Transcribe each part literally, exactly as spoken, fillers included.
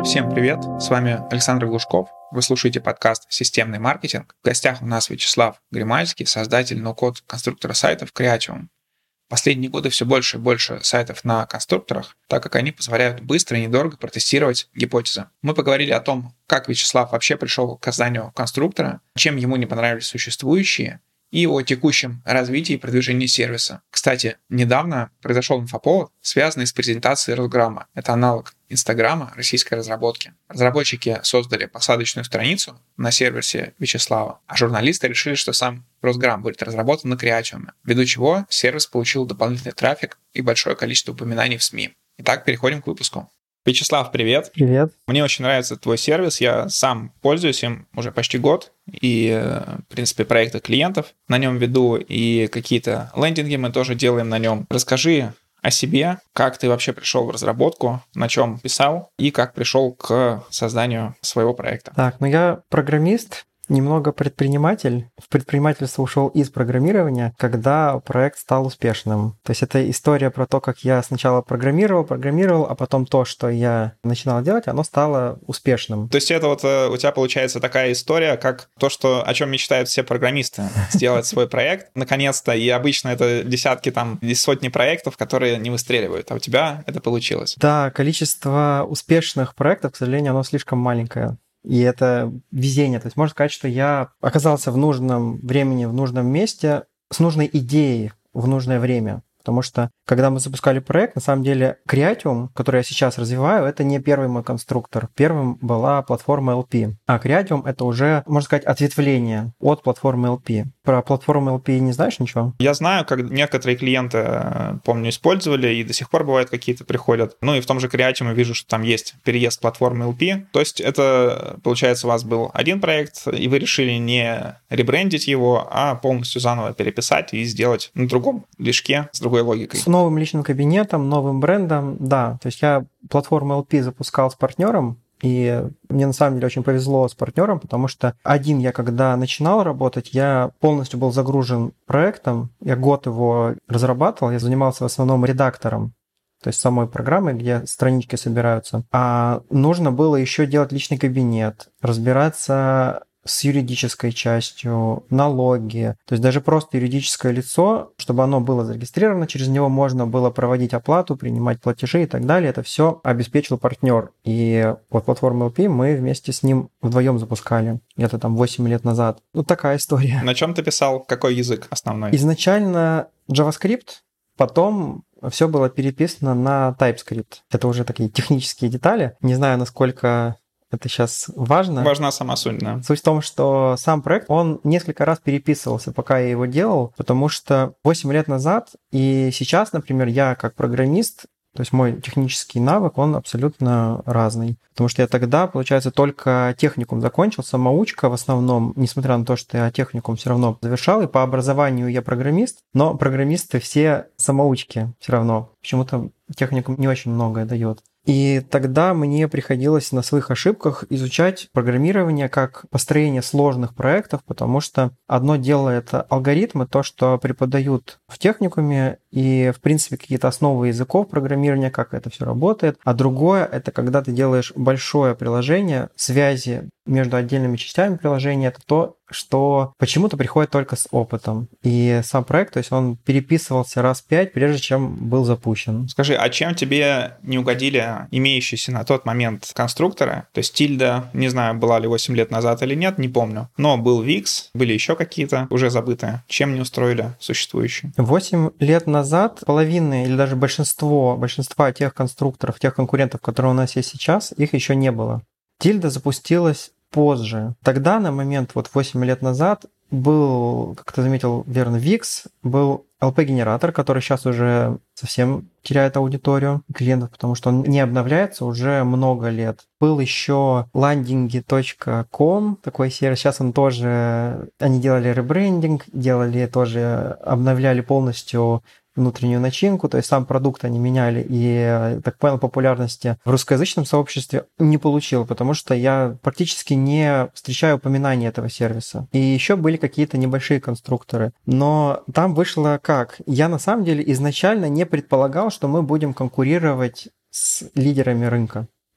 Всем привет, с вами Александр Глушков. Вы слушаете подкаст «Системный маркетинг». В гостях у нас Вячеслав Гримальский, создатель ноу-код конструктора сайтов Creatium. В последние годы все больше и больше сайтов на конструкторах, так как они позволяют быстро и недорого протестировать гипотезы. Мы поговорили о том, как Вячеслав вообще пришел к созданию конструктора, чем ему не понравились существующие, и о текущем развитии и продвижении сервиса. Кстати, недавно произошел инфоповод, связанный с презентацией Росграма. Это аналог Инстаграма российской разработки. Разработчики создали посадочную страницу на сервисе Вячеслава, а журналисты решили, что сам Росграм будет разработан на Creatium, ввиду чего сервис получил дополнительный трафик и большое количество упоминаний в СМИ. Итак, переходим к выпуску. Вячеслав, привет. Привет. Мне очень нравится твой сервис, я сам пользуюсь им уже почти год, и, в принципе, проекты клиентов на нем веду, и какие-то лендинги мы тоже делаем на нем. Расскажи о себе, как ты вообще пришел в разработку, на чем писал, и как пришел к созданию своего проекта. Так, ну я программист, немного предприниматель. В предпринимательство ушел из программирования, когда проект стал успешным. То есть это история про то, как я сначала программировал, программировал, а потом то, что я начинал делать, оно стало успешным. То есть это вот у тебя получается такая история, как то, что, о чем мечтают все программисты, сделать свой проект наконец-то, и обычно это десятки, там, сотни проектов, которые не выстреливают, а у тебя это получилось. Да, количество успешных проектов, к сожалению, оно слишком маленькое. И это везение. То есть можно сказать, что я оказался в нужном времени, в нужном месте, с нужной идеей в нужное время. Потому что, когда мы запускали проект, на самом деле Creatium, который я сейчас развиваю, это не первый мой конструктор. Первым была платформа эл пи. А Creatium — это уже, можно сказать, ответвление от платформы эл пи. Про платформу эл пи не знаешь ничего? Я знаю, как некоторые клиенты, помню, использовали, и до сих пор бывает какие-то приходят. Ну и в том же Creatium я вижу, что там есть переезд платформы эл пи. То есть это, получается, у вас был один проект, и вы решили не ребрендить его, а полностью заново переписать и сделать на другом движке с другой логикой. С новым личным кабинетом, новым брендом, да. То есть я платформу эл пи запускал с партнером, и мне на самом деле очень повезло с партнером, потому что один я, когда начинал работать, я полностью был загружен проектом, я год его разрабатывал, я занимался в основном редактором, то есть самой программой, где странички собираются. А нужно было еще делать личный кабинет, разбираться с юридической частью, налоги. То есть даже просто юридическое лицо, чтобы оно было зарегистрировано, через него можно было проводить оплату, принимать платежи и так далее. Это все обеспечил партнер. И вот платформу эл пи мы вместе с ним вдвоем запускали. Где-то там восемь лет назад. Ну, такая история. На чем ты писал? Какой язык основной? Изначально JavaScript, потом все было переписано на TypeScript. Это уже такие технические детали. Не знаю, насколько это сейчас важно. Важна сама суть, да. Суть в том, что сам проект, он несколько раз переписывался, пока я его делал, потому что восемь лет назад и сейчас, например, я как программист, то есть мой технический навык, он абсолютно разный. Потому что я тогда, получается, только техникум закончил, самоучка в основном, несмотря на то, что я техникум все равно завершал, и по образованию я программист, но программисты все самоучки все равно. Почему-то техникум не очень многое дает. И тогда мне приходилось на своих ошибках изучать программирование как построение сложных проектов, потому что одно дело — это алгоритмы, то, что преподают в техникуме, и, в принципе, какие-то основы языков программирования, как это все работает, а другое — это когда ты делаешь большое приложение, связи между отдельными частями приложения, это то, что почему-то приходит только с опытом. И сам проект, то есть он переписывался раз пять, прежде чем был запущен. Скажи, а чем тебе не угодили имеющиеся на тот момент конструкторы? То есть Тильда, не знаю, была ли восемь лет назад или нет, не помню. Но был Викс, были еще какие-то уже забытые. Чем не устроили существующие? восемь лет назад половина или даже большинство, большинства тех конструкторов, тех конкурентов, которые у нас есть сейчас, их еще не было. Тильда запустилась позже. Тогда, на момент вот восемь лет назад, был, как ты заметил верно, Викс, был эл пи-генератор, который сейчас уже совсем теряет аудиторию клиентов, потому что он не обновляется уже много лет. Был еще landingi точка ком, такой сервис, сейчас он тоже, они делали ребрендинг, делали тоже, обновляли полностью внутреннюю начинку, то есть сам продукт они меняли, и, так понял, популярности в русскоязычном сообществе не получил, потому что я практически не встречаю упоминания этого сервиса. И еще были какие-то небольшие конструкторы. Но там вышло как? Я на самом деле изначально не предполагал, что мы будем конкурировать с лидерами рынка.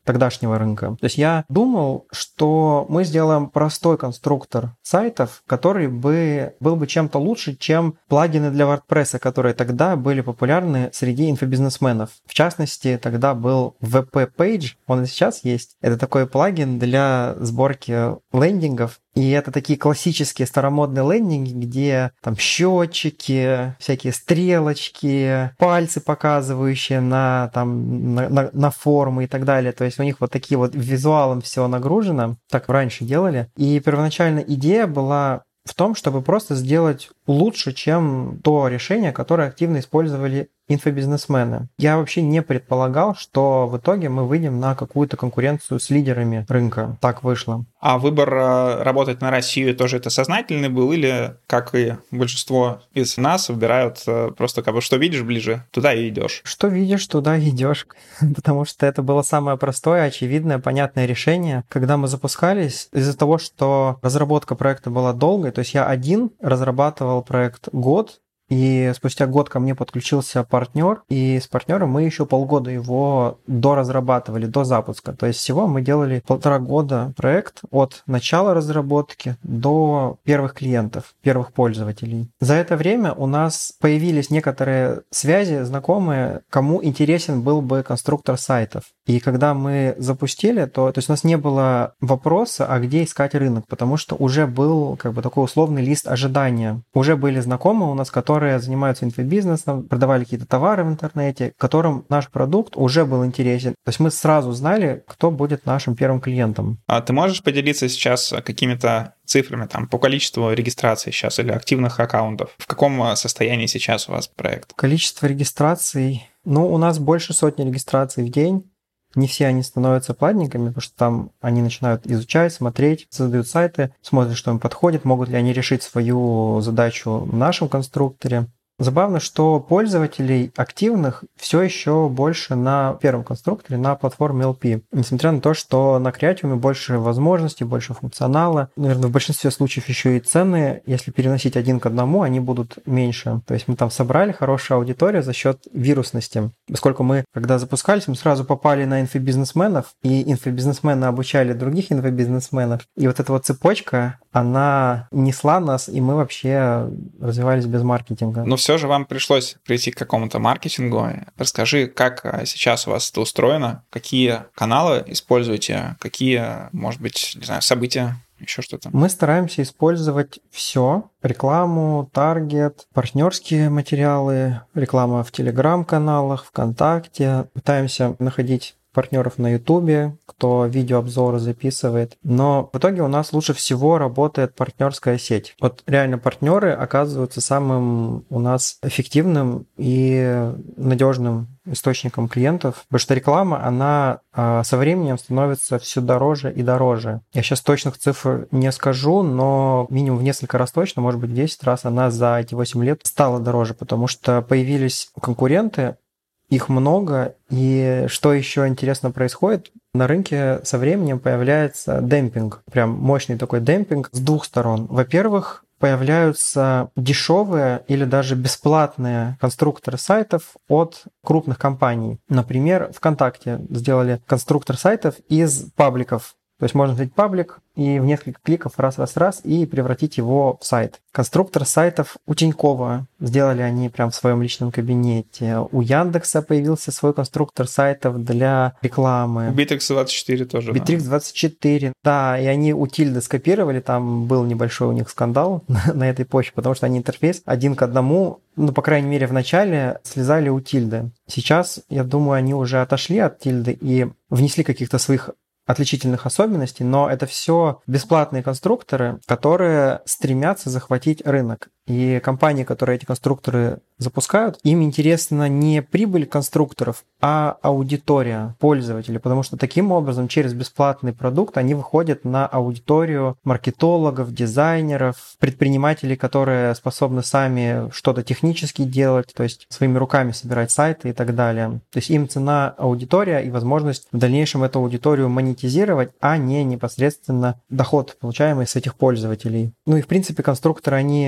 тогдашнего рынка. То есть я думал, что мы сделаем простой конструктор сайтов, который бы был бы чем-то лучше, чем плагины для WordPress, которые тогда были популярны среди инфобизнесменов. В частности, тогда был ви пи Page, он и сейчас есть. Это такой плагин для сборки лендингов. И это такие классические старомодные лендинги, где там счетчики, всякие стрелочки, пальцы, показывающие на, там, на, на, на формы и так далее. То есть у них вот такие вот визуалом все нагружено. Так раньше делали. И первоначально идея была в том, чтобы просто сделать лучше, чем то решение, которое активно использовали инфобизнесмены. Я вообще не предполагал, что в итоге мы выйдем на какую-то конкуренцию с лидерами рынка. Так вышло. А выбор работать на Россию тоже это сознательный был, или, как и большинство из нас, выбирают просто как бы что видишь ближе, туда и идешь? Что видишь, туда и идешь. Потому что это было самое простое, очевидное, понятное решение. Когда мы запускались, из-за того, что разработка проекта была долгой, то есть я один разрабатывал проект год, и спустя год ко мне подключился партнер, и с партнером мы еще полгода его доразрабатывали, до запуска. То есть всего мы делали полтора года проект от начала разработки до первых клиентов, первых пользователей. За это время у нас появились некоторые связи, знакомые, кому интересен был бы конструктор сайтов. И когда мы запустили, то, то есть у нас не было вопроса, а где искать рынок, потому что уже был как бы такой условный лист ожидания. Уже были знакомые у нас, которые которые занимаются инфобизнесом, продавали какие-то товары в интернете, которым наш продукт уже был интересен. То есть мы сразу знали, кто будет нашим первым клиентом. А ты можешь поделиться сейчас какими-то цифрами там, по количеству регистраций сейчас или активных аккаунтов? В каком состоянии сейчас у вас проект? Количество регистраций... Ну, у нас больше сотни регистраций в день. Не все они становятся платниками, потому что там они начинают изучать, смотреть, создают сайты, смотрят, что им подходит, могут ли они решить свою задачу в нашем конструкторе. Забавно, что пользователей активных все еще больше на первом конструкторе, на платформе эл пи. Несмотря на то, что на Creatium больше возможностей, больше функционала. Наверное, в большинстве случаев еще и цены, если переносить один к одному, они будут меньше. То есть мы там собрали хорошую аудиторию за счет вирусности. Поскольку мы, когда запускались, мы сразу попали на инфобизнесменов, и инфобизнесмены обучали других инфобизнесменов. И вот эта вот цепочка, она несла нас, и мы вообще развивались без маркетинга. Но все же вам пришлось прийти к какому-то маркетингу. Расскажи, как сейчас у вас это устроено, какие каналы используете, какие, может быть, не знаю, события, еще что-то. Мы стараемся использовать все: рекламу, таргет, партнерские материалы, реклама в Телеграм-каналах, ВКонтакте. Пытаемся находить партнеров на Ютубе, кто видеообзоры записывает. Но в итоге у нас лучше всего работает партнерская сеть. Вот реально партнеры оказываются самым у нас эффективным и надежным источником клиентов, потому что реклама, она а, со временем становится все дороже и дороже. Я сейчас точных цифр не скажу, но минимум в несколько раз точно, может быть, в десять раз она за эти восемь лет стала дороже, потому что появились конкуренты, их много, и что еще интересно происходит, на рынке со временем появляется демпинг, прям мощный такой демпинг с двух сторон. Во-первых, появляются дешевые или даже бесплатные конструкторы сайтов от крупных компаний. Например, ВКонтакте сделали конструктор сайтов из пабликов. То есть можно взять паблик и в несколько кликов раз-раз-раз и превратить его в сайт. Конструктор сайтов у Тинькова сделали они прям в своем личном кабинете. У Яндекса появился свой конструктор сайтов для рекламы. У Битрикс двадцать четыре тоже. Битрикс двадцать четыре, да, и они у Тильды скопировали, там был небольшой у них скандал на этой почве, потому что они интерфейс один к одному, ну, по крайней мере, в начале слезали у Тильды. Сейчас, я думаю, они уже отошли от Тильды и внесли каких-то своих отличительных особенностей, но это все бесплатные конструкторы, которые стремятся захватить рынок. И компании, которые эти конструкторы запускают, им интересна не прибыль конструкторов, а аудитория пользователей, потому что таким образом через бесплатный продукт они выходят на аудиторию маркетологов, дизайнеров, предпринимателей, которые способны сами что-то технически делать, то есть своими руками собирать сайты и так далее. То есть им цена аудитория и возможность в дальнейшем эту аудиторию монетизировать, а не непосредственно доход, получаемый с этих пользователей. Ну и в принципе конструкторы, они становятся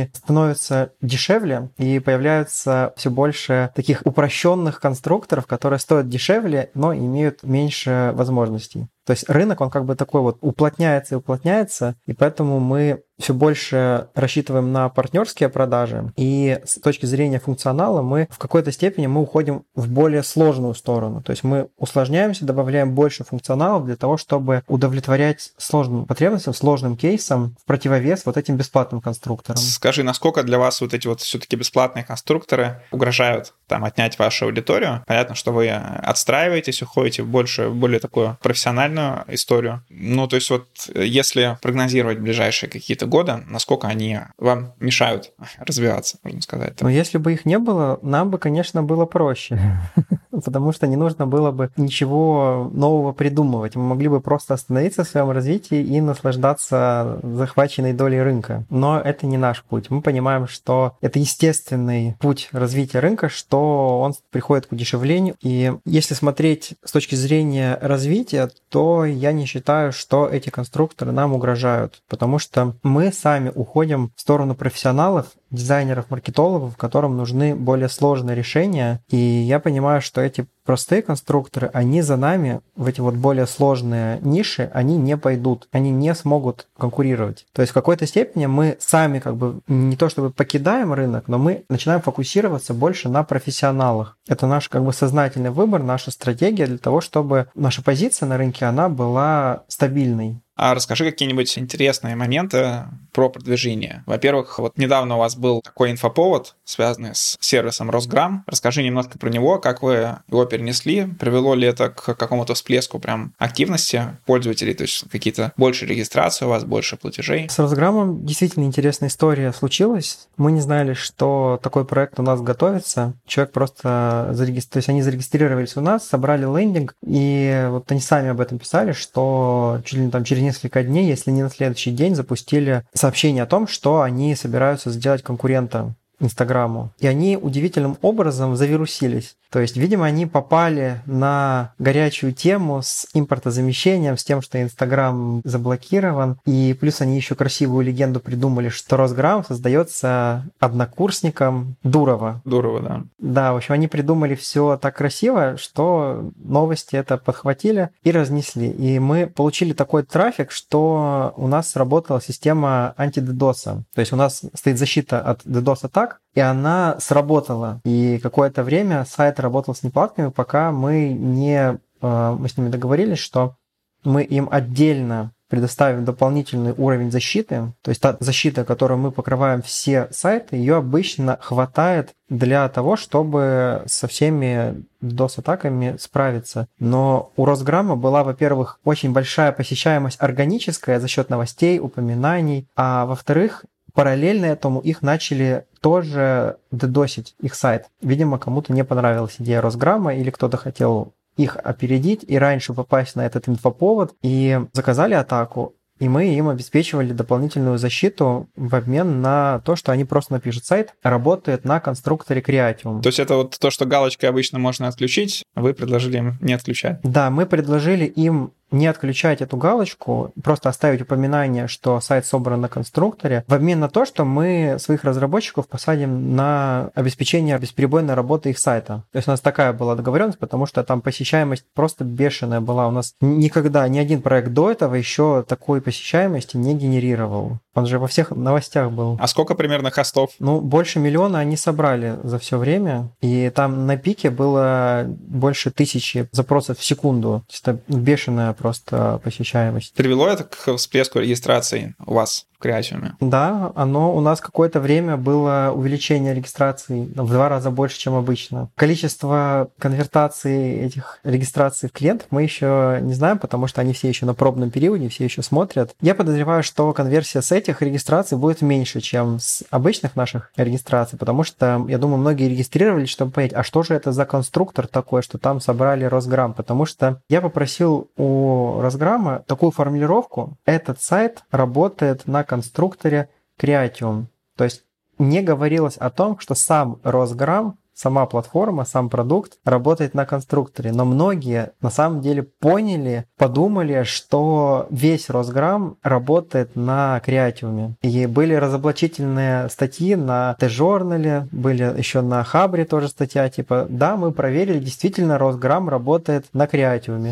становится дешевле, и появляется все больше таких упрощенных конструкторов, которые стоят дешевле, но имеют меньше возможностей. То есть рынок, он как бы такой вот уплотняется и уплотняется, и поэтому мы все больше рассчитываем на партнерские продажи, и с точки зрения функционала мы в какой-то степени мы уходим в более сложную сторону. То есть мы усложняемся, добавляем больше функционалов для того, чтобы удовлетворять сложным потребностям, сложным кейсам в противовес вот этим бесплатным конструкторам. Скажи, насколько для вас вот эти вот все-таки бесплатные конструкторы угрожают там отнять вашу аудиторию? Понятно, что вы отстраиваетесь, уходите в больше, более такую профессиональную историю. Ну, то есть вот если прогнозировать ближайшие какие-то годы, насколько они вам мешают развиваться, можно сказать? Но если бы их не было, нам бы, конечно, было проще. Потому что не нужно было бы ничего нового придумывать. Мы могли бы просто остановиться в своем развитии и наслаждаться захваченной долей рынка. Но это не наш путь. Мы понимаем, что это естественный путь развития рынка, что он приходит к удешевлению. И если смотреть с точки зрения развития, то я не считаю, что эти конструкторы нам угрожают. Потому что мы сами уходим в сторону профессионалов, дизайнеров, маркетологов, которым нужны более сложные решения. И я понимаю, что эти простые конструкторы, они за нами в эти вот более сложные ниши, они не пойдут, они не смогут конкурировать. То есть в какой-то степени мы сами как бы не то чтобы покидаем рынок, но мы начинаем фокусироваться больше на профессионалах. Это наш как бы сознательный выбор, наша стратегия для того, чтобы наша позиция на рынке, она была стабильной. А расскажи какие-нибудь интересные моменты про продвижение. Во-первых, вот недавно у вас был такой инфоповод, связанный с сервисом Росграм. Расскажи немножко про него, как вы его перенесли, привело ли это к какому-то всплеску прям активности пользователей, то есть какие-то больше регистрации у вас, больше платежей. С Росграмом действительно интересная история случилась. Мы не знали, что такой проект у нас готовится. Человек просто зарегистрировался, то есть они зарегистрировались у нас, собрали лендинг, и вот они сами об этом писали, что чуть ли не там через несколько дней, если не на следующий день, запустили сообщение о том, что они собираются сделать конкурента Инстаграму. И они удивительным образом завирусились. То есть, видимо, они попали на горячую тему с импортозамещением, с тем, что Инстаграм заблокирован. И плюс они еще красивую легенду придумали, что Росграм создается однокурсником Дурова. Дурова, да. Да, в общем, они придумали все так красиво, что новости это подхватили и разнесли. И мы получили такой трафик, что у нас сработала система анти-дедоса. То есть у нас стоит защита от дедос-атак, и она сработала. И какое-то время сайт работал с неплатками, пока мы не мы с ними договорились, что мы им отдельно предоставим дополнительный уровень защиты. То есть та защита, которую мы покрываем все сайты, ее обычно хватает для того, чтобы со всеми дос-атаками справиться. Но у Росграма была, во-первых, очень большая посещаемость органическая за счет новостей, упоминаний, а во-вторых, параллельно этому их начали тоже дедосить, их сайт. Видимо, кому-то не понравилась идея Росграма, или кто-то хотел их опередить и раньше попасть на этот инфоповод, и заказали атаку. И мы им обеспечивали дополнительную защиту в обмен на то, что они просто напишут сайт, работает на конструкторе Creatium. То есть это вот то, что галочкой обычно можно отключить, вы предложили им не отключать? Да, мы предложили им не отключать эту галочку, просто оставить упоминание, что сайт собран на конструкторе, в обмен на то, что мы своих разработчиков посадим на обеспечение бесперебойной работы их сайта. То есть у нас такая была договоренность, потому что там посещаемость просто бешеная была. У нас никогда ни один проект до этого еще такой посещаемости не генерировал. Он же во всех новостях был. А сколько примерно хостов? Ну, больше миллиона они собрали за все время. И там на пике было больше тысячи запросов в секунду. То есть это бешеная просто посещаемость. Привело это к всплеску регистрации у вас в Creatium? Да, оно у нас какое-то время было увеличение регистраций в два раза больше, чем обычно. Количество конвертаций этих регистраций в клиентов мы еще не знаем, потому что они все еще на пробном периоде, все еще смотрят. Я подозреваю, что конверсия с этих регистраций будет меньше, чем с обычных наших регистраций, потому что, я думаю, многие регистрировались, чтобы понять, а что же это за конструктор такой, что там собрали Росграм, потому что я попросил у Росграма такую формулировку: этот сайт работает на конструкторе Creatium. То есть не говорилось о том, что сам Росграм сама платформа, сам продукт работает на конструкторе. Но многие на самом деле поняли, подумали, что весь Росграм работает на Креативуме. И были разоблачительные статьи на T-журнале, были еще на Хабре тоже статья, типа, да, мы проверили, действительно, Росграм работает на Креативуме.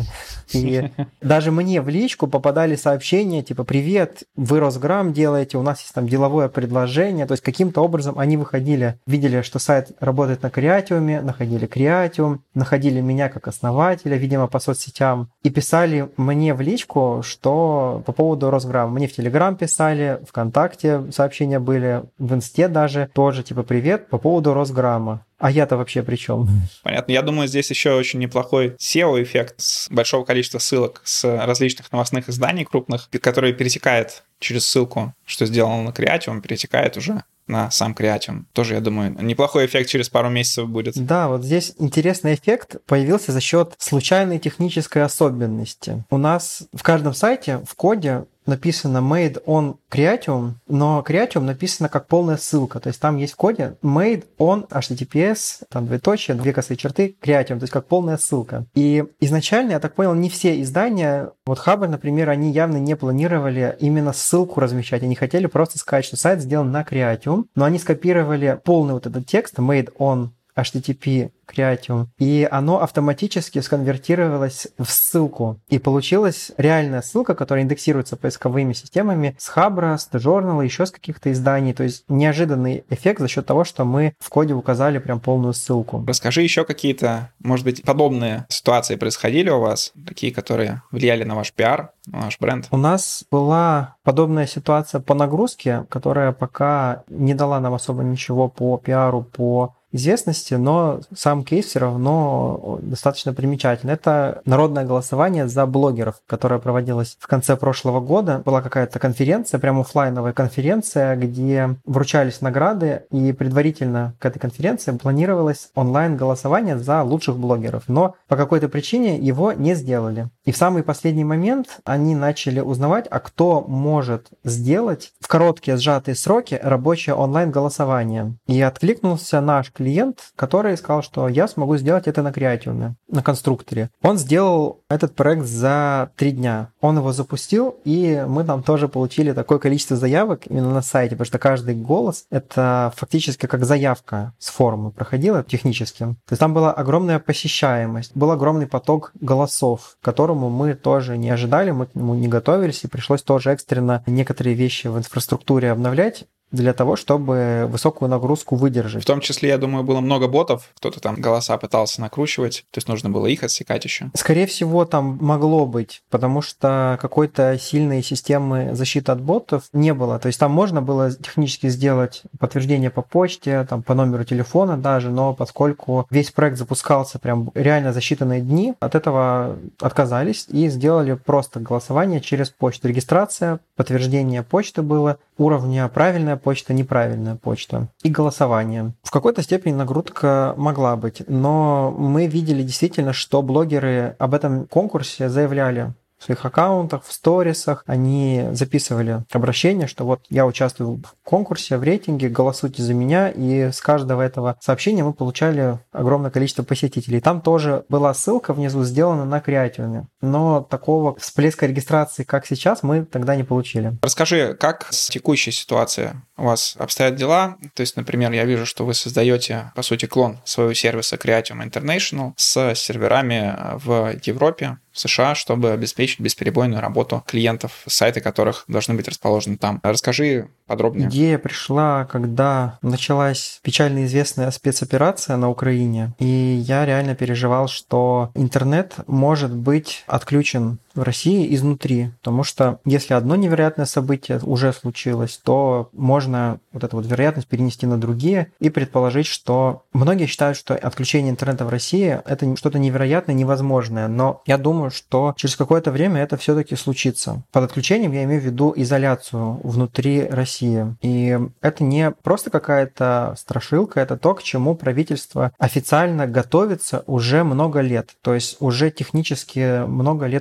И даже мне в личку попадали сообщения, типа, привет, вы Росграм делаете, у нас есть там деловое предложение. То есть каким-то образом они выходили, видели, что сайт работает на Креативуме, находили Креативум, находили меня как основателя, видимо, по соцсетям, и писали мне в личку, что по поводу Росграма. Мне в Телеграм писали, ВКонтакте сообщения были, в Инсте даже тоже, типа, привет, по поводу Росграма. А я-то вообще при чем? Понятно. Я думаю, здесь еще очень неплохой сео-эффект с большого количества ссылок с различных новостных изданий крупных, которые перетекает через ссылку, что сделано на Креативум, перетекает уже на сам Креативум. Тоже, я думаю, неплохой эффект через пару месяцев будет. Да, вот здесь интересный эффект появился за счет случайной технической особенности. У нас в каждом сайте в коде написано made on Creatium, но Creatium написано как полная ссылка. То есть там есть в коде made on эйч ти ти пи эс, там двоеточие, две косые черты, Creatium, то есть как полная ссылка. И изначально, я так понял, не все издания, вот Хабр, например, они явно не планировали именно ссылку размещать. Они хотели просто сказать, что сайт сделан на Creatium, но они скопировали полный вот этот текст made on эйч ти ти пи Creatium, и оно автоматически сконвертировалось в ссылку. И получилась реальная ссылка, которая индексируется поисковыми системами с Хабра, с T-журнала, еще с каких-то изданий. То есть неожиданный эффект за счет того, что мы в коде указали прям полную ссылку. Расскажи еще какие-то, может быть, подобные ситуации происходили у вас, такие, которые влияли на ваш пиар, на ваш бренд? У нас была подобная ситуация по нагрузке, которая пока не дала нам особо ничего по пиару, по известности, но сам кейс все равно достаточно примечательный. Это народное голосование за блогеров, которое проводилось в конце прошлого года. Была какая-то конференция, прям офлайновая конференция, где вручались награды, и предварительно к этой конференции планировалось онлайн-голосование за лучших блогеров, но по какой-то причине его не сделали. И в самый последний момент они начали узнавать, а кто может сделать в короткие сжатые сроки рабочее онлайн-голосование. И откликнулся наш клиент, который сказал, что я смогу сделать это на Креативуме, на конструкторе. Он сделал этот проект за три дня. Он его запустил, и мы там тоже получили такое количество заявок именно на сайте, потому что каждый голос — это фактически как заявка с формы проходила технически. То есть там была огромная посещаемость, был огромный поток голосов, к которому мы тоже не ожидали, мы к нему не готовились, и пришлось тоже экстренно некоторые вещи в инфраструктуре обновлять для того, чтобы высокую нагрузку выдержать. В том числе, я думаю, было много ботов, кто-то там голоса пытался накручивать, то есть нужно было их отсекать еще. Скорее всего, там могло быть, потому что какой-то сильной системы защиты от ботов не было. То есть там можно было технически сделать подтверждение по почте, там, по номеру телефона даже, но поскольку весь проект запускался прям реально за считанные дни, от этого отказались и сделали просто голосование через почту. Регистрация, подтверждение почты было, уровня правильная почта, неправильная почта и голосование. В какой-то степени нагрузка могла быть, но мы видели действительно, что блогеры об этом конкурсе заявляли в своих аккаунтах, в сторисах. Они записывали обращение, что вот я участвую в конкурсе, в рейтинге, голосуйте за меня, и с каждого этого сообщения мы получали огромное количество посетителей. Там тоже была ссылка внизу сделана на Креативуме, но такого всплеска регистрации, как сейчас, мы тогда не получили. Расскажи, как с текущей ситуацией у вас обстоят дела? То есть, например, я вижу, что вы создаете, по сути, клон своего сервиса Creatium International с серверами в Европе, в США, чтобы обеспечить бесперебойную работу клиентов, сайты которых должны быть расположены там. Расскажи подробнее. Идея пришла, когда началась печально известная спецоперация на Украине, и я реально переживал, что интернет может быть отключен в России изнутри, потому что если одно невероятное событие уже случилось, то можно вот эту вот вероятность перенести на другие и предположить, что многие считают, что отключение интернета в России — это что-то невероятное, невозможное, но я думаю, что через какое-то время это все-таки случится. Под отключением я имею в виду изоляцию внутри России. И это не просто какая-то страшилка, это то, к чему правительство официально готовится уже много лет. То есть уже технически много лет прорабатывает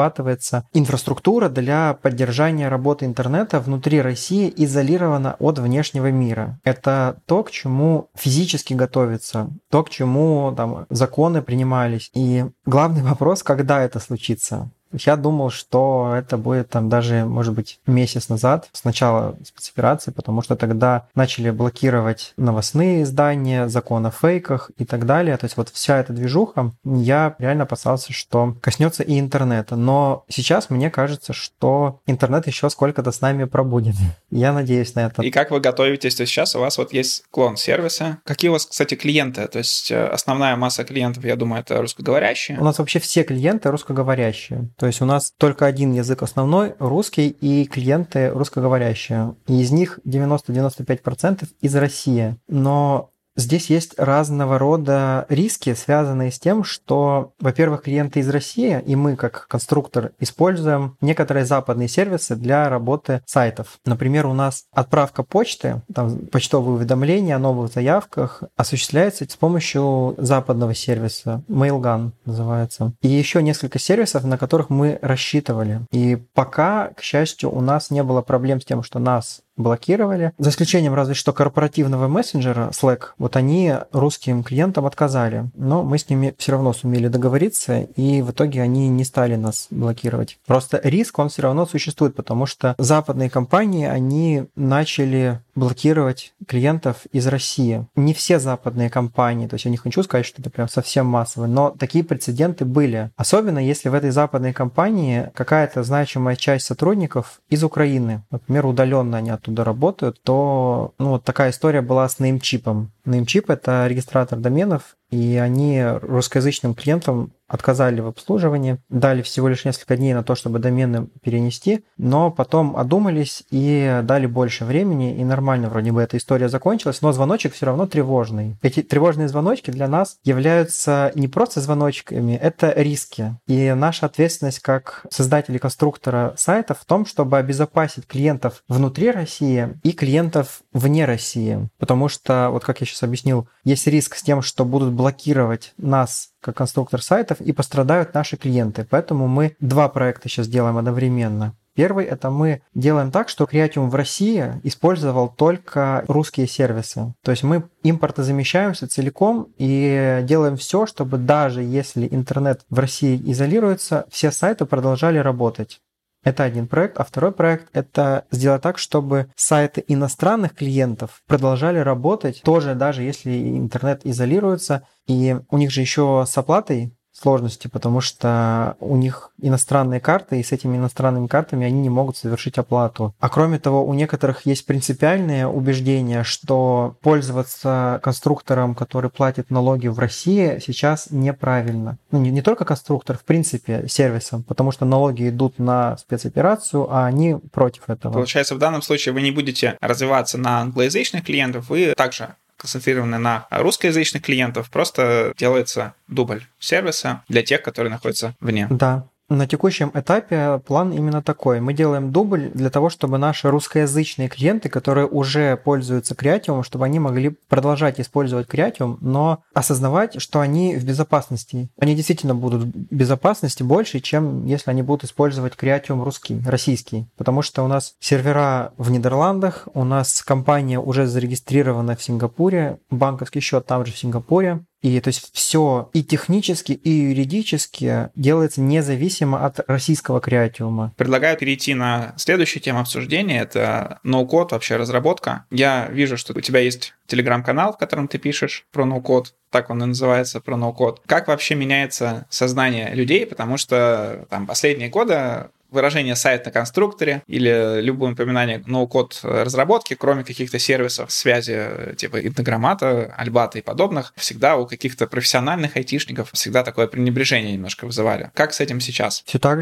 разрабатывается инфраструктура для поддержания работы интернета внутри России, изолирована от внешнего мира. Это то, к чему физически готовится, то, к чему там законы принимались. И главный вопрос, когда это случится. Я думал, что это будет там даже, может быть, месяц назад, с начала спецоперации, потому что тогда начали блокировать новостные издания, закон о фейках и так далее. То есть вот вся эта движуха, я реально опасался, что коснется и интернета. Но сейчас мне кажется, что интернет еще сколько-то с нами пробудет. Я надеюсь на это. И как вы готовитесь? То есть сейчас у вас вот есть клон сервиса. Какие у вас, кстати, клиенты? То есть основная масса клиентов, я думаю, это русскоговорящие. У нас вообще все клиенты русскоговорящие. То есть у нас только один язык основной, русский, и клиенты русскоговорящие. И из них девяносто-девяносто пять процентов из России. Но здесь есть разного рода риски, связанные с тем, что, во-первых, клиенты из России, и мы, как конструктор, используем некоторые западные сервисы для работы сайтов. Например, у нас отправка почты, там, почтовые уведомления о новых заявках осуществляется с помощью западного сервиса, Mailgun называется. И еще несколько сервисов, на которых мы рассчитывали. И пока, к счастью, у нас не было проблем с тем, что нас блокировали. За исключением разве что корпоративного мессенджера Slack, вот они русским клиентам отказали. Но мы с ними все равно сумели договориться, и в итоге они не стали нас блокировать. Просто риск, он все равно существует, потому что западные компании, они начали блокировать клиентов из России. Не все западные компании, то есть я не хочу сказать, что это прям совсем массово, но такие прецеденты были. Особенно если в этой западной компании какая-то значимая часть сотрудников из Украины, например, удаленно они оттуда работают, то ну, вот такая история была с Namecheap. Namecheap — это регистратор доменов, и они русскоязычным клиентам отказали в обслуживании, дали всего лишь несколько дней на то, чтобы домены перенести, но потом одумались и дали больше времени, и нормально вроде бы эта история закончилась, но звоночек все равно тревожный. Эти тревожные звоночки для нас являются не просто звоночками, это риски. И наша ответственность как создателей конструктора сайта в том, чтобы обезопасить клиентов внутри России и клиентов вне России. Потому что, вот как я сейчас объяснил, есть риск с тем, что будут блокировать нас как конструктор сайтов, и пострадают наши клиенты. Поэтому мы два проекта сейчас делаем одновременно. Первый — это мы делаем так, что Cryatium в России использовал только русские сервисы. То есть мы импортозамещаемся целиком и делаем все, чтобы даже если интернет в России изолируется, все сайты продолжали работать. Это один проект. А второй проект — это сделать так, чтобы сайты иностранных клиентов продолжали работать, тоже даже если интернет изолируется. И у них же еще с оплатой сложности, потому что у них иностранные карты, и с этими иностранными картами они не могут совершить оплату. А кроме того, у некоторых есть принципиальное убеждение, что пользоваться конструктором, который платит налоги в России, сейчас неправильно. Ну, не, не только конструктор, в принципе, сервисом, потому что налоги идут на спецоперацию, а они против этого. Получается, в данном случае вы не будете развиваться на англоязычных клиентов, вы также концентрированы на русскоязычных клиентов, просто делается дубль сервиса для тех, которые находятся вне. Да. На текущем этапе план именно такой. Мы делаем дубль для того, чтобы наши русскоязычные клиенты, которые уже пользуются Cryatium, чтобы они могли продолжать использовать Cryatium, но осознавать, что они в безопасности. Они действительно будут в безопасности больше, чем если они будут использовать Cryatium русский, российский. Потому что у нас сервера в Нидерландах, у нас компания уже зарегистрирована в Сингапуре, банковский счет там же в Сингапуре. И то есть все и технически, и юридически делается независимо от российского Cryatium. Предлагаю перейти на следующую тему обсуждения. Это ноу-код, вообще разработка. Я вижу, что у тебя есть телеграм-канал, в котором ты пишешь про ноу-код. Так он и называется, про ноу-код. Как вообще меняется сознание людей? Потому что там последние годы выражение сайт на конструкторе или любое упоминание ноу-код разработки, кроме каких-то сервисов связи типа Интегромата, Альбата и подобных, всегда у каких-то профессиональных айтишников всегда такое пренебрежение немножко вызывали. Как с этим сейчас? Все так же.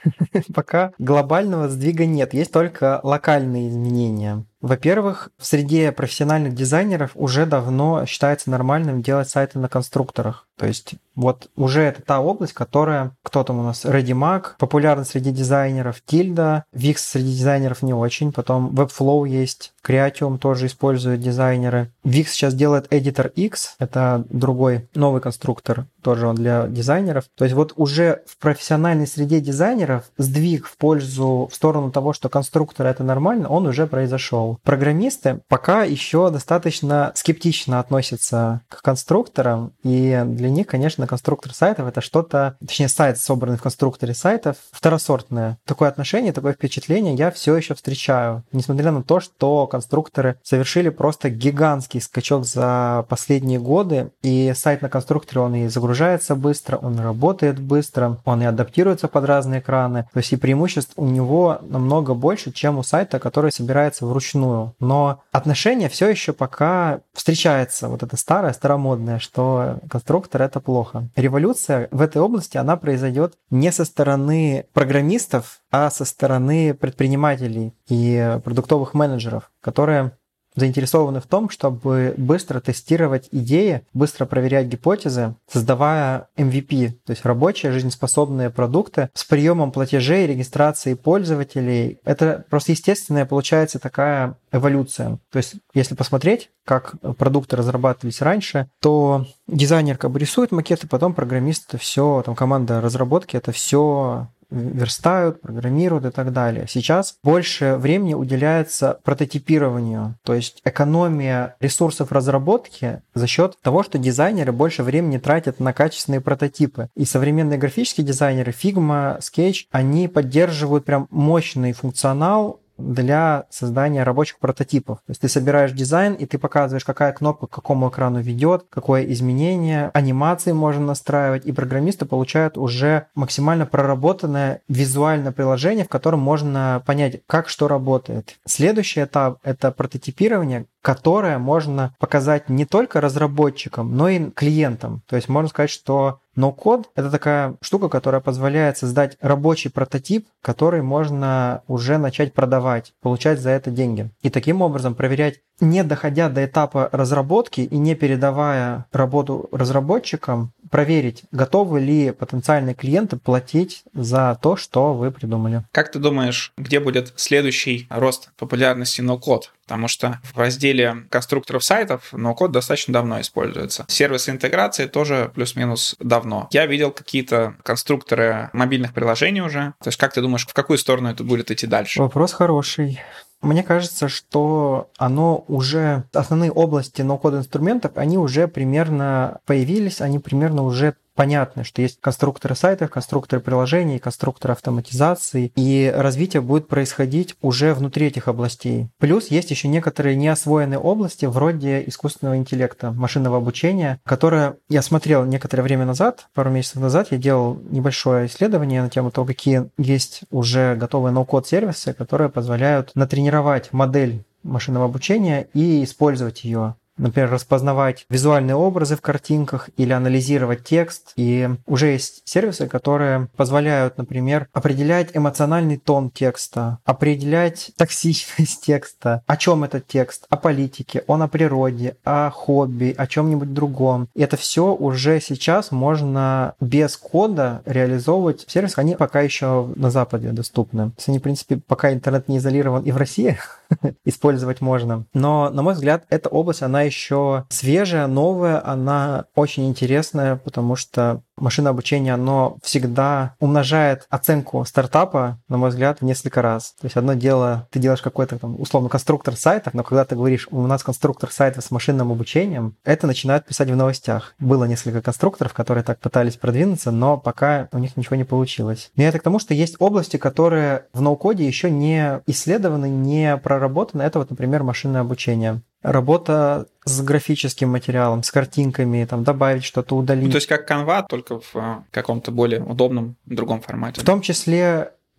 Пока глобального сдвига нет, есть только локальные изменения. Во-первых, в среде профессиональных дизайнеров уже давно считается нормальным делать сайты на конструкторах. То есть вот уже это та область, которая... Кто там у нас? ReadyMag, популярна среди дизайнеров. Tilda, Wix среди дизайнеров не очень. Потом Webflow есть. Creatium тоже используют дизайнеры. Wix сейчас делает Editor X. Это другой новый конструктор. Тоже он для дизайнеров. То есть вот уже в профессиональной среде дизайнеров сдвиг в пользу, в сторону того, что конструктор это нормально, он уже произошел. Программисты пока еще достаточно скептично относятся к конструкторам, и для них, конечно, конструктор сайтов это что-то, точнее, сайт, собранный в конструкторе сайтов, второсортное. Такое отношение, такое впечатление я все еще встречаю, несмотря на то, что конструкторы совершили просто гигантский скачок за последние годы, и сайт на конструкторе, он и загружается быстро, он работает быстро, он и адаптируется под разные экраны, то есть и преимуществ у него намного больше, чем у сайта, который собирается вручную. Но отношение все еще пока встречается, вот это старое, старомодное, что конструктор — это плохо. Революция в этой области, она произойдет не со стороны программистов, а со стороны предпринимателей и продуктовых менеджеров, которые заинтересованы в том, чтобы быстро тестировать идеи, быстро проверять гипотезы, создавая эм ви пи, то есть рабочие, жизнеспособные продукты с приемом платежей, регистрацией пользователей. Это просто естественная получается такая эволюция. То есть если посмотреть, как продукты разрабатывались раньше, то дизайнер как бы рисует макеты, потом программист это все, там команда разработки это все верстают, программируют и так далее. Сейчас больше времени уделяется прототипированию, то есть экономия ресурсов разработки за счет того, что дизайнеры больше времени тратят на качественные прототипы. И современные графические дизайнеры, Figma, Sketch, они поддерживают прям мощный функционал для создания рабочих прототипов. То есть ты собираешь дизайн, и ты показываешь, какая кнопка к какому экрану ведет, какое изменение, анимации можно настраивать, и программисты получают уже максимально проработанное визуальное приложение, в котором можно понять, как что работает. Следующий этап — это прототипирование, которое можно показать не только разработчикам, но и клиентам. То есть можно сказать, что ноу-код — это такая штука, которая позволяет создать рабочий прототип, который можно уже начать продавать, получать за это деньги. И таким образом проверять, не доходя до этапа разработки и не передавая работу разработчикам, проверить, готовы ли потенциальные клиенты платить за то, что вы придумали. Как ты думаешь, где будет следующий рост популярности ноу-код? Потому что в разделе конструкторов сайтов ноу-код достаточно давно используется. Сервисы интеграции тоже плюс-минус давно. Я видел какие-то конструкторы мобильных приложений уже. То есть как ты думаешь, в какую сторону это будет идти дальше? Вопрос хороший. Мне кажется, что оно уже, основные области ноу-код инструментов, они уже примерно появились, они примерно уже понятно, что есть конструкторы сайтов, конструкторы приложений, конструкторы автоматизации, и развитие будет происходить уже внутри этих областей. Плюс есть еще некоторые неосвоенные области, вроде искусственного интеллекта, машинного обучения, которое я смотрел некоторое время назад, пару месяцев назад, я делал небольшое исследование на тему того, какие есть уже готовые ноу-код сервисы, которые позволяют натренировать модель машинного обучения и использовать ее. Например, распознавать визуальные образы в картинках или анализировать текст. И уже есть сервисы, которые позволяют, например, определять эмоциональный тон текста, определять токсичность текста, о чем этот текст, о политике, он о природе, о хобби, о чем-нибудь другом. И это все уже сейчас можно без кода реализовывать в сервисах. Они пока еще на Западе доступны. То есть они, в принципе, пока интернет не изолирован и в России, использовать можно. Но, на мой взгляд, эта область, она еще свежая, новая, она очень интересная, потому что машинное обучение, оно всегда умножает оценку стартапа, на мой взгляд, в несколько раз. То есть одно дело, ты делаешь какой-то там, условно, конструктор сайтов, но когда ты говоришь, у нас конструктор сайтов с машинным обучением, это начинают писать в новостях. Было несколько конструкторов, которые так пытались продвинуться, но пока у них ничего не получилось. И это к тому, что есть области, которые в ноу-коде еще не исследованы, не проработаны. Это вот, например, машинное обучение. Работа с графическим материалом, с картинками, там, добавить что-то, удалить. Ну, то есть как Canva, только в каком-то более удобном другом формате. В том числе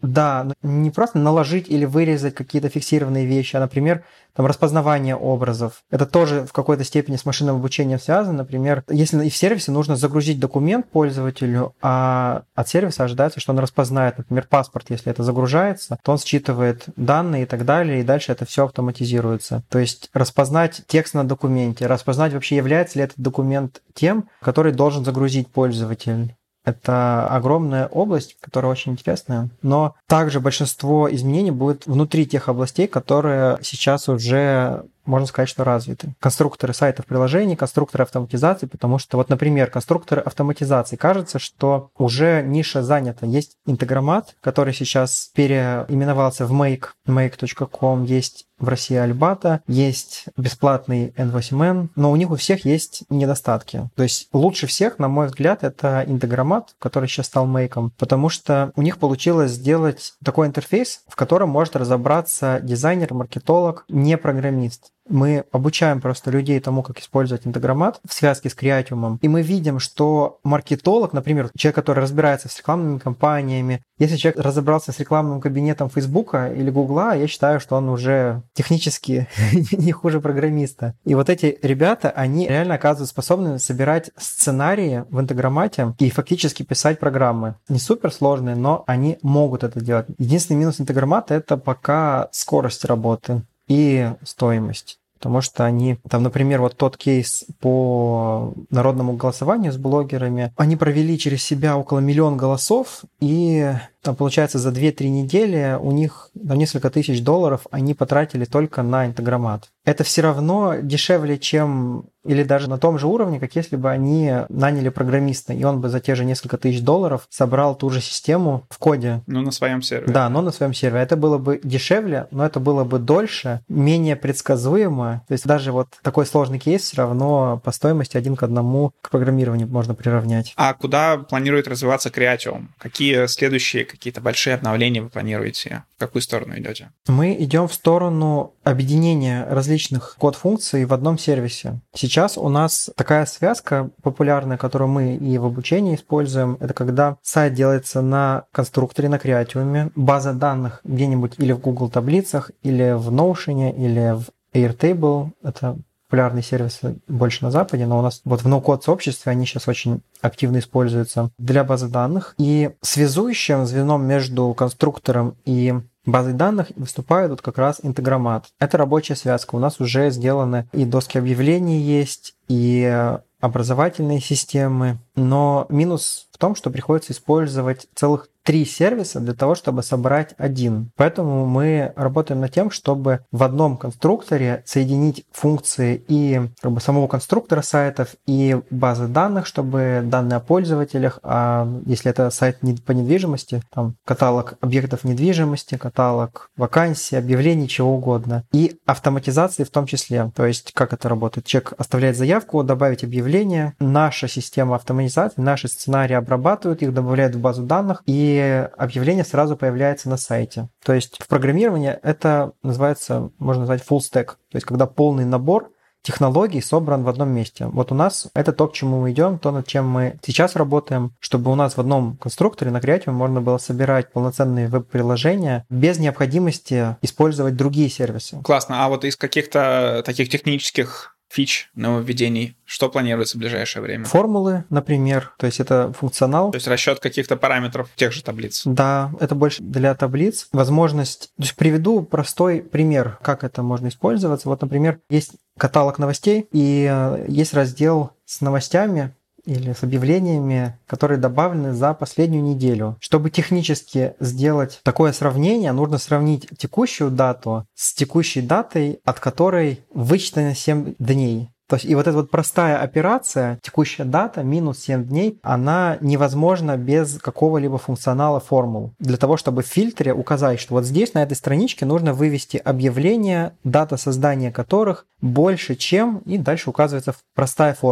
Да, но не просто наложить или вырезать какие-то фиксированные вещи, а, например, там распознавание образов. Это тоже в какой-то степени с машинным обучением связано. Например, если в сервисе нужно загрузить документ пользователю, а от сервиса ожидается, что он распознает, например, паспорт, если это загружается, то он считывает данные и так далее, и дальше это все автоматизируется. То есть распознать текст на документе, распознать вообще, является ли этот документ тем, который должен загрузить пользователь. Это огромная область, которая очень интересная, но также большинство изменений будет внутри тех областей, которые сейчас уже, можно сказать, что развиты. Конструкторы сайтов, приложений, конструкторы автоматизации, потому что, вот, например, конструкторы автоматизации, кажется, что уже ниша занята. Есть Интегромат, который сейчас переименовался в Make, make точка ком, есть в России Альбата, есть бесплатный эн восемь эн, но у них у всех есть недостатки. То есть лучше всех, на мой взгляд, это Интегромат, который сейчас стал Make, потому что у них получилось сделать такой интерфейс, в котором может разобраться дизайнер, маркетолог, не программист. Мы обучаем просто людей тому, как использовать Интегромат в связке с Creatium, и мы видим, что маркетолог, например, человек, который разбирается с рекламными кампаниями, если человек разобрался с рекламным кабинетом Фейсбука или Гугла, я считаю, что он уже технически не хуже программиста. И вот эти ребята, они реально оказываются способны собирать сценарии в Интегромате и фактически писать программы. Не суперсложные, но они могут это делать. Единственный минус Интегромата — это пока скорость работы и стоимость. Потому что они, там, например, вот тот кейс по народному голосованию с блогерами, они провели через себя около миллиона голосов, и там, получается, за две-три недели у них там, несколько тысяч долларов они потратили только на Интегромат. Это все равно дешевле, чем или даже на том же уровне, как если бы они наняли программиста, и он бы за те же несколько тысяч долларов собрал ту же систему в коде. Ну, на своем сервере. Да, но на своем сервере. Это было бы дешевле, но это было бы дольше, менее предсказуемо. То есть даже вот такой сложный кейс все равно по стоимости один к одному к программированию можно приравнять. А куда планирует развиваться Creatium? Какие следующие какие-то большие обновления вы планируете? В какую сторону идете? Мы идем в сторону объединения различных код-функций в одном сервисе. Сейчас у нас такая связка популярная, которую мы и в обучении используем, это когда сайт делается на конструкторе, на Creatium, база данных где-нибудь или в Google таблицах, или в Notion, или в Airtable. Это популярные сервисы больше на Западе, но у нас вот в ноу-код сообществе они сейчас очень активно используются для базы данных. И связующим звеном между конструктором и базой данных выступает вот как раз Интегромат. Это рабочая связка. У нас уже сделаны и доски объявлений есть, и образовательные системы. Но минус в том, что приходится использовать целых три сервиса для того, чтобы собрать один. Поэтому мы работаем над тем, чтобы в одном конструкторе соединить функции и как бы, самого конструктора сайтов, и базы данных, чтобы данные о пользователях, а если это сайт по недвижимости, там каталог объектов недвижимости, каталог вакансий, объявлений, чего угодно. И автоматизации в том числе. То есть как это работает? Человек оставляет заявку, добавить объявление, наша система автоматизации, наши сценарии обрабатывают их, добавляют в базу данных, и объявление сразу появляется на сайте. То есть в программировании это называется, можно назвать full stack, то есть когда полный набор технологий собран в одном месте. Вот у нас это то, к чему мы идем, то, над чем мы сейчас работаем, чтобы у нас в одном конструкторе на Creatium можно было собирать полноценные веб-приложения без необходимости использовать другие сервисы. Классно. А вот из каких-то таких технических фич нововведений, что планируется в ближайшее время? Формулы, например, то есть это функционал. То есть расчет каких-то параметров тех же таблиц. Да, это больше для таблиц. Возможность, то есть приведу простой пример, как это можно использоваться. Вот, например, есть каталог новостей, и есть раздел с новостями, или с объявлениями, которые добавлены за последнюю неделю. Чтобы технически сделать такое сравнение, нужно сравнить текущую дату с текущей датой, от которой вычитано семь дней. То есть и вот эта вот простая операция, текущая дата минус семь дней, она невозможна без какого-либо функционала формул. Для того, чтобы в фильтре указать, что вот здесь на этой страничке нужно вывести объявление, дата создания которых больше, чем, и дальше указывается простая формула.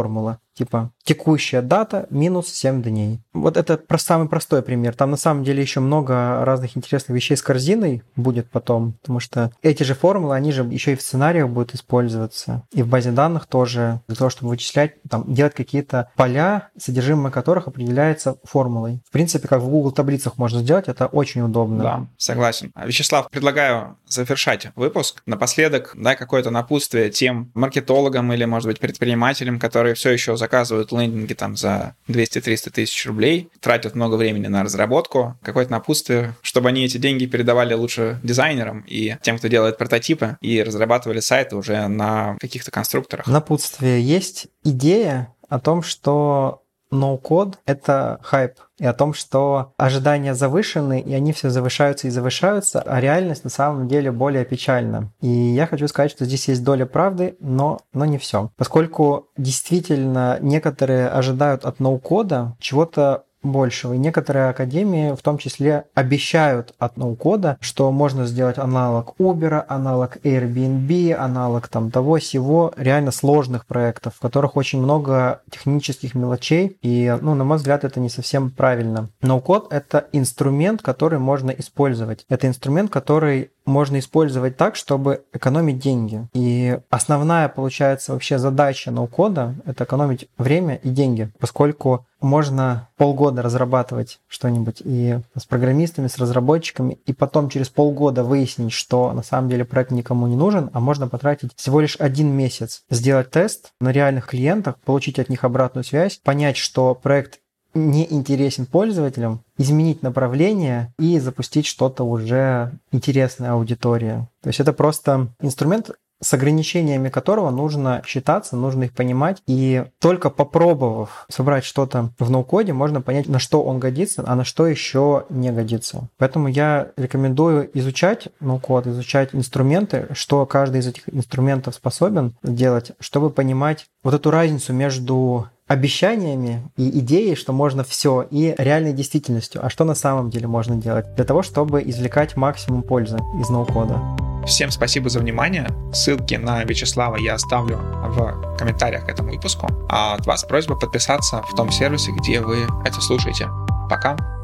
типа текущая дата минус семь дней. Вот это про самый простой пример. Там на самом деле еще много разных интересных вещей с корзиной будет потом, потому что эти же формулы, они же еще и в сценариях будут использоваться, и в базе данных тоже, для того, чтобы вычислять, там, делать какие-то поля, содержимое которых определяется формулой. В принципе, как в Google таблицах можно сделать, это очень удобно. Да, согласен. Вячеслав, предлагаю завершать выпуск. Напоследок дай какое-то напутствие тем маркетологам или, может быть, предпринимателям, которые все еще заказывают лендинги там за двести-триста тысяч рублей, тратят много времени на разработку. Какое-то напутствие, чтобы они эти деньги передавали лучше дизайнерам и тем, кто делает прототипы, и разрабатывали сайты уже на каких-то конструкторах. Напутствие. Есть идея о том, что ноу-код — это хайп, и о том, что ожидания завышены, и они все завышаются и завышаются, а реальность на самом деле более печальна. И я хочу сказать, что здесь есть доля правды, но, но не все. Поскольку действительно некоторые ожидают от ноу-кода чего-то большего. И некоторые академии в том числе обещают от ноу-кода, что можно сделать аналог Uber, аналог Airbnb, аналог там того-сего, реально сложных проектов, в которых очень много технических мелочей. И, ну, на мой взгляд, это не совсем правильно. Ноу-код — это инструмент, который можно использовать. Это инструмент, который можно использовать так, чтобы экономить деньги. И основная, получается, вообще задача ноу-кода — это экономить время и деньги, поскольку можно полгода разрабатывать что-нибудь и с программистами, с разработчиками, и потом через полгода выяснить, что на самом деле проект никому не нужен, а можно потратить всего лишь один месяц, сделать тест на реальных клиентах, получить от них обратную связь, понять, что проект не интересен пользователям, изменить направление и запустить что-то уже интересное аудитории. То есть это просто инструмент, с ограничениями которого нужно считаться, нужно их понимать. И только попробовав собрать что-то в ноу-коде, можно понять, на что он годится, а на что еще не годится. Поэтому я рекомендую изучать ноу-код, изучать инструменты, что каждый из этих инструментов способен делать, чтобы понимать вот эту разницу между обещаниями и идеей, что можно все, и реальной действительностью, а что на самом деле можно делать для того, чтобы извлекать максимум пользы из ноу-кода. Всем спасибо за внимание. Ссылки на Вячеслава я оставлю в комментариях к этому выпуску. А от вас просьба подписаться в том сервисе, где вы это слушаете. Пока!